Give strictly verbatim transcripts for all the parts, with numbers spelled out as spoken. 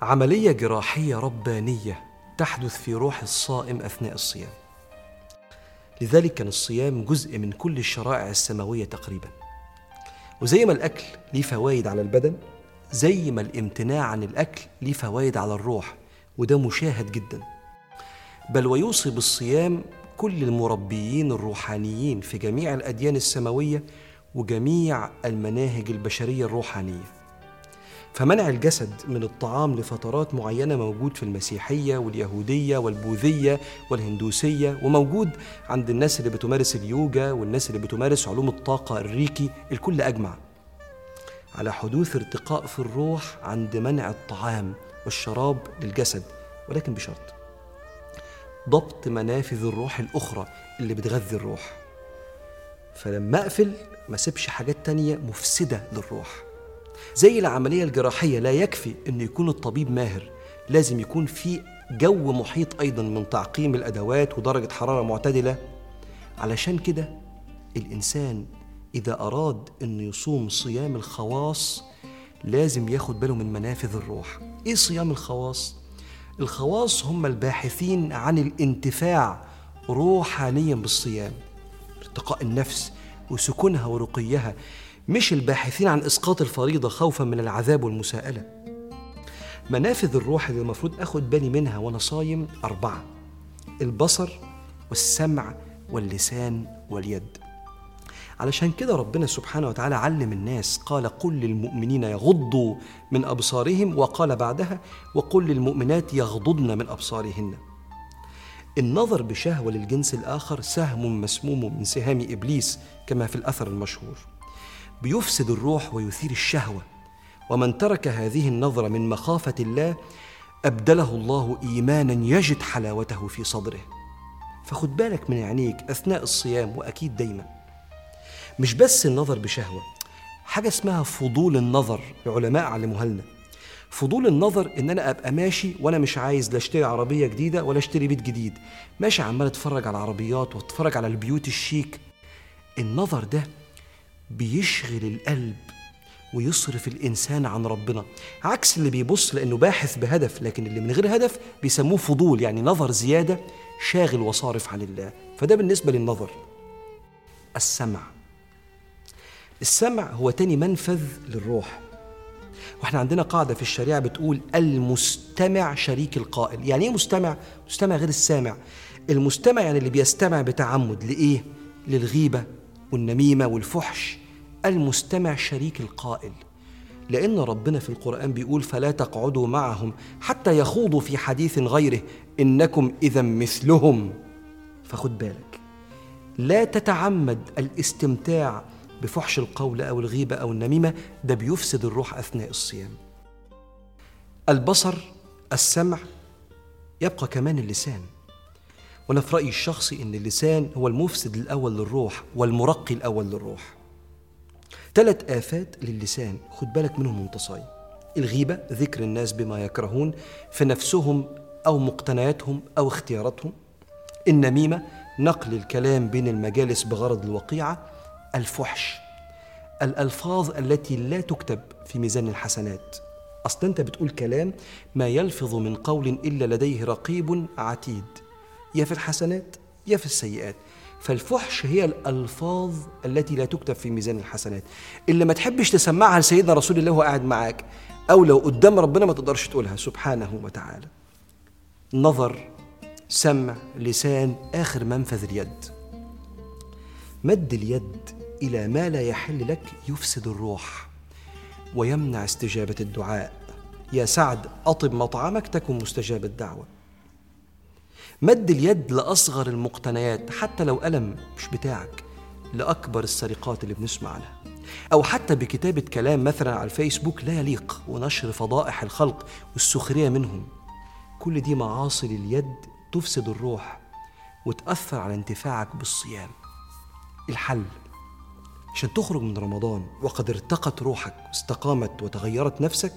عملية جراحية ربانية تحدث في روح الصائم أثناء الصيام. لذلك كان الصيام جزء من كل الشرائع السماوية تقريبا. وزي ما الأكل ليه فوائد على البدن، زي ما الامتناع عن الأكل ليه فوائد على الروح، وده مشاهد جدا. بل ويوصي بالصيام كل المربيين الروحانيين في جميع الأديان السماوية وجميع المناهج البشرية الروحانية. فمنع الجسد من الطعام لفترات معينة موجود في المسيحية واليهودية والبوذية والهندوسية، وموجود عند الناس اللي بتمارس اليوجا والناس اللي بتمارس علوم الطاقة الريكي. الكل أجمع على حدوث ارتقاء في الروح عند منع الطعام والشراب للجسد، ولكن بشرط ضبط منافذ الروح الأخرى اللي بتغذي الروح. فلما أقفل ما سيبش حاجات تانية مفسدة للروح. زي العملية الجراحية لا يكفي أن يكون الطبيب ماهر، لازم يكون في جو محيط أيضا من تعقيم الأدوات ودرجة حرارة معتدلة. علشان كده الإنسان إذا أراد أن يصوم صيام الخواص لازم ياخد باله من منافذ الروح. إيه صيام الخواص؟ الخواص هم الباحثين عن الانتفاع روحانيا بالصيام، ارتقاء النفس وسكونها ورقيها، مش الباحثين عن إسقاط الفريضة خوفا من العذاب والمساءلة. منافذ الروح اللي المفروض أخد بالي منها وأنا صايم أربعة: البصر والسمع واللسان واليد. علشان كده ربنا سبحانه وتعالى علم الناس، قال: قل للمؤمنين يغضوا من أبصارهم، وقال بعدها: وقل للمؤمنات يغضضن من أبصارهن. النظر بشهوة للجنس الآخر سهم مسموم من سهام إبليس كما في الأثر المشهور، بيفسد الروح ويثير الشهوة. ومن ترك هذه النظرة من مخافة الله أبدله الله إيمانا يجد حلاوته في صدره. فخد بالك من عينيك أثناء الصيام، وأكيد دايما. مش بس النظر بشهوة، حاجة اسمها فضول النظر، العلماء علموها لنا. فضول النظر إن أنا أبقى ماشي وأنا مش عايز لا اشتري عربية جديدة ولا اشتري بيت جديد، ماشي عمال اتفرج على العربيات واتفرج على البيوت الشيك. النظر ده بيشغل القلب ويصرف الإنسان عن ربنا، عكس اللي بيبص لأنه باحث بهدف. لكن اللي من غير هدف بيسموه فضول، يعني نظر زيادة شاغل وصارف عن الله. فده بالنسبة للنظر. السمع. السمع هو تاني منفذ للروح. واحنا عندنا قاعدة في الشريعة بتقول: المستمع شريك القائل. يعني ايه مستمع؟ مستمع غير السامع. المستمع يعني اللي بيستمع بتعمد. لإيه؟ للغيبة والنميمة والفحش. المستمع شريك القائل، لأن ربنا في القرآن بيقول: فلا تقعدوا معهم حتى يخوضوا في حديث غيره إنكم إذا مثلهم. فخد بالك، لا تتعمد الاستمتاع بفحش القول أو الغيبة أو النميمة، ده بيفسد الروح أثناء الصيام. البصر، السمع، يبقى كمان اللسان. وأنا في رأيي الشخصي إن اللسان هو المفسد الأول للروح والمرقي الأول للروح. ثلاث آفات للسان خد بالك منهم وانت صايم: الغيبة، ذكر الناس بما يكرهون في نفسهم أو مقتنياتهم أو اختياراتهم. النميمة، نقل الكلام بين المجالس بغرض الوقيعة. الفحش، الألفاظ التي لا تكتب في ميزان الحسنات. أصلا أنت بتقول كلام ما يلفظ من قول إلا لديه رقيب عتيد، يا في الحسنات يا في السيئات. فالفحش هي الألفاظ التي لا تكتب في ميزان الحسنات، اللي ما تحبش تسمعها لسيدنا رسول الله وهو قاعد معاك، أو لو قدام ربنا ما تقدرش تقولها سبحانه وتعالى. نظر، سمع، لسان، آخر منفذ اليد. مد اليد إلى ما لا يحل لك يفسد الروح ويمنع استجابة الدعاء. يا سعد أطب مطعمك تكن مستجاب الدعوة. مد اليد لأصغر المقتنيات، حتى لو ألم مش بتاعك، لأكبر السرقات اللي بنسمع عنها، أو حتى بكتابة كلام مثلا على الفيسبوك لا يليق، ونشر فضائح الخلق والسخرية منهم. كل دي معاصي لليد تفسد الروح وتأثر على انتفاعك بالصيام. الحل عشان تخرج من رمضان وقد ارتقت روحك واستقامت وتغيرت نفسك،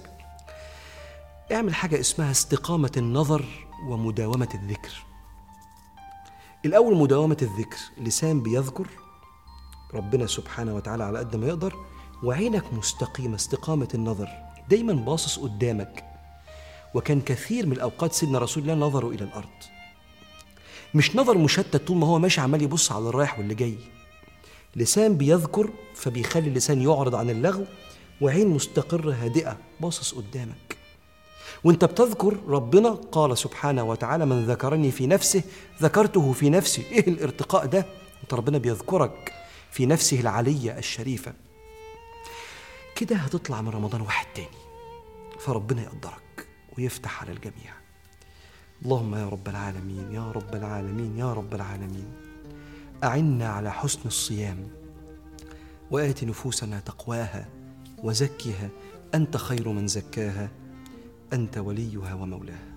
اعمل حاجة اسمها استقامة النظر ومداومة الذكر. الأول مداومة الذكر، لسان بيذكر ربنا سبحانه وتعالى على قد ما يقدر، وعينك مستقيمة، استقامة النظر، دايما باصص قدامك، وكان كثير من الأوقات سيدنا رسول الله نظروا إلى الأرض، مش نظر مشتت طول ما هو ماشي عمال يبص على الرايح واللي جاي، لسان بيذكر فبيخلي اللسان يعرض عن اللغو، وعين مستقرة هادئة باصص قدامك. وانت بتذكر ربنا قال سبحانه وتعالى: من ذكرني في نفسه ذكرته في نفسي. ايه الارتقاء ده؟ انت ربنا بيذكرك في نفسه العلية الشريفة. كده هتطلع من رمضان واحد تاني، فربنا يقدرك ويفتح على الجميع. اللهم يا رب العالمين يا رب العالمين يا رب العالمين، أعنا على حسن الصيام، وآت نفوسنا تقواها وزكها، أنت خير من زكاها، أنت وليها ومولاها.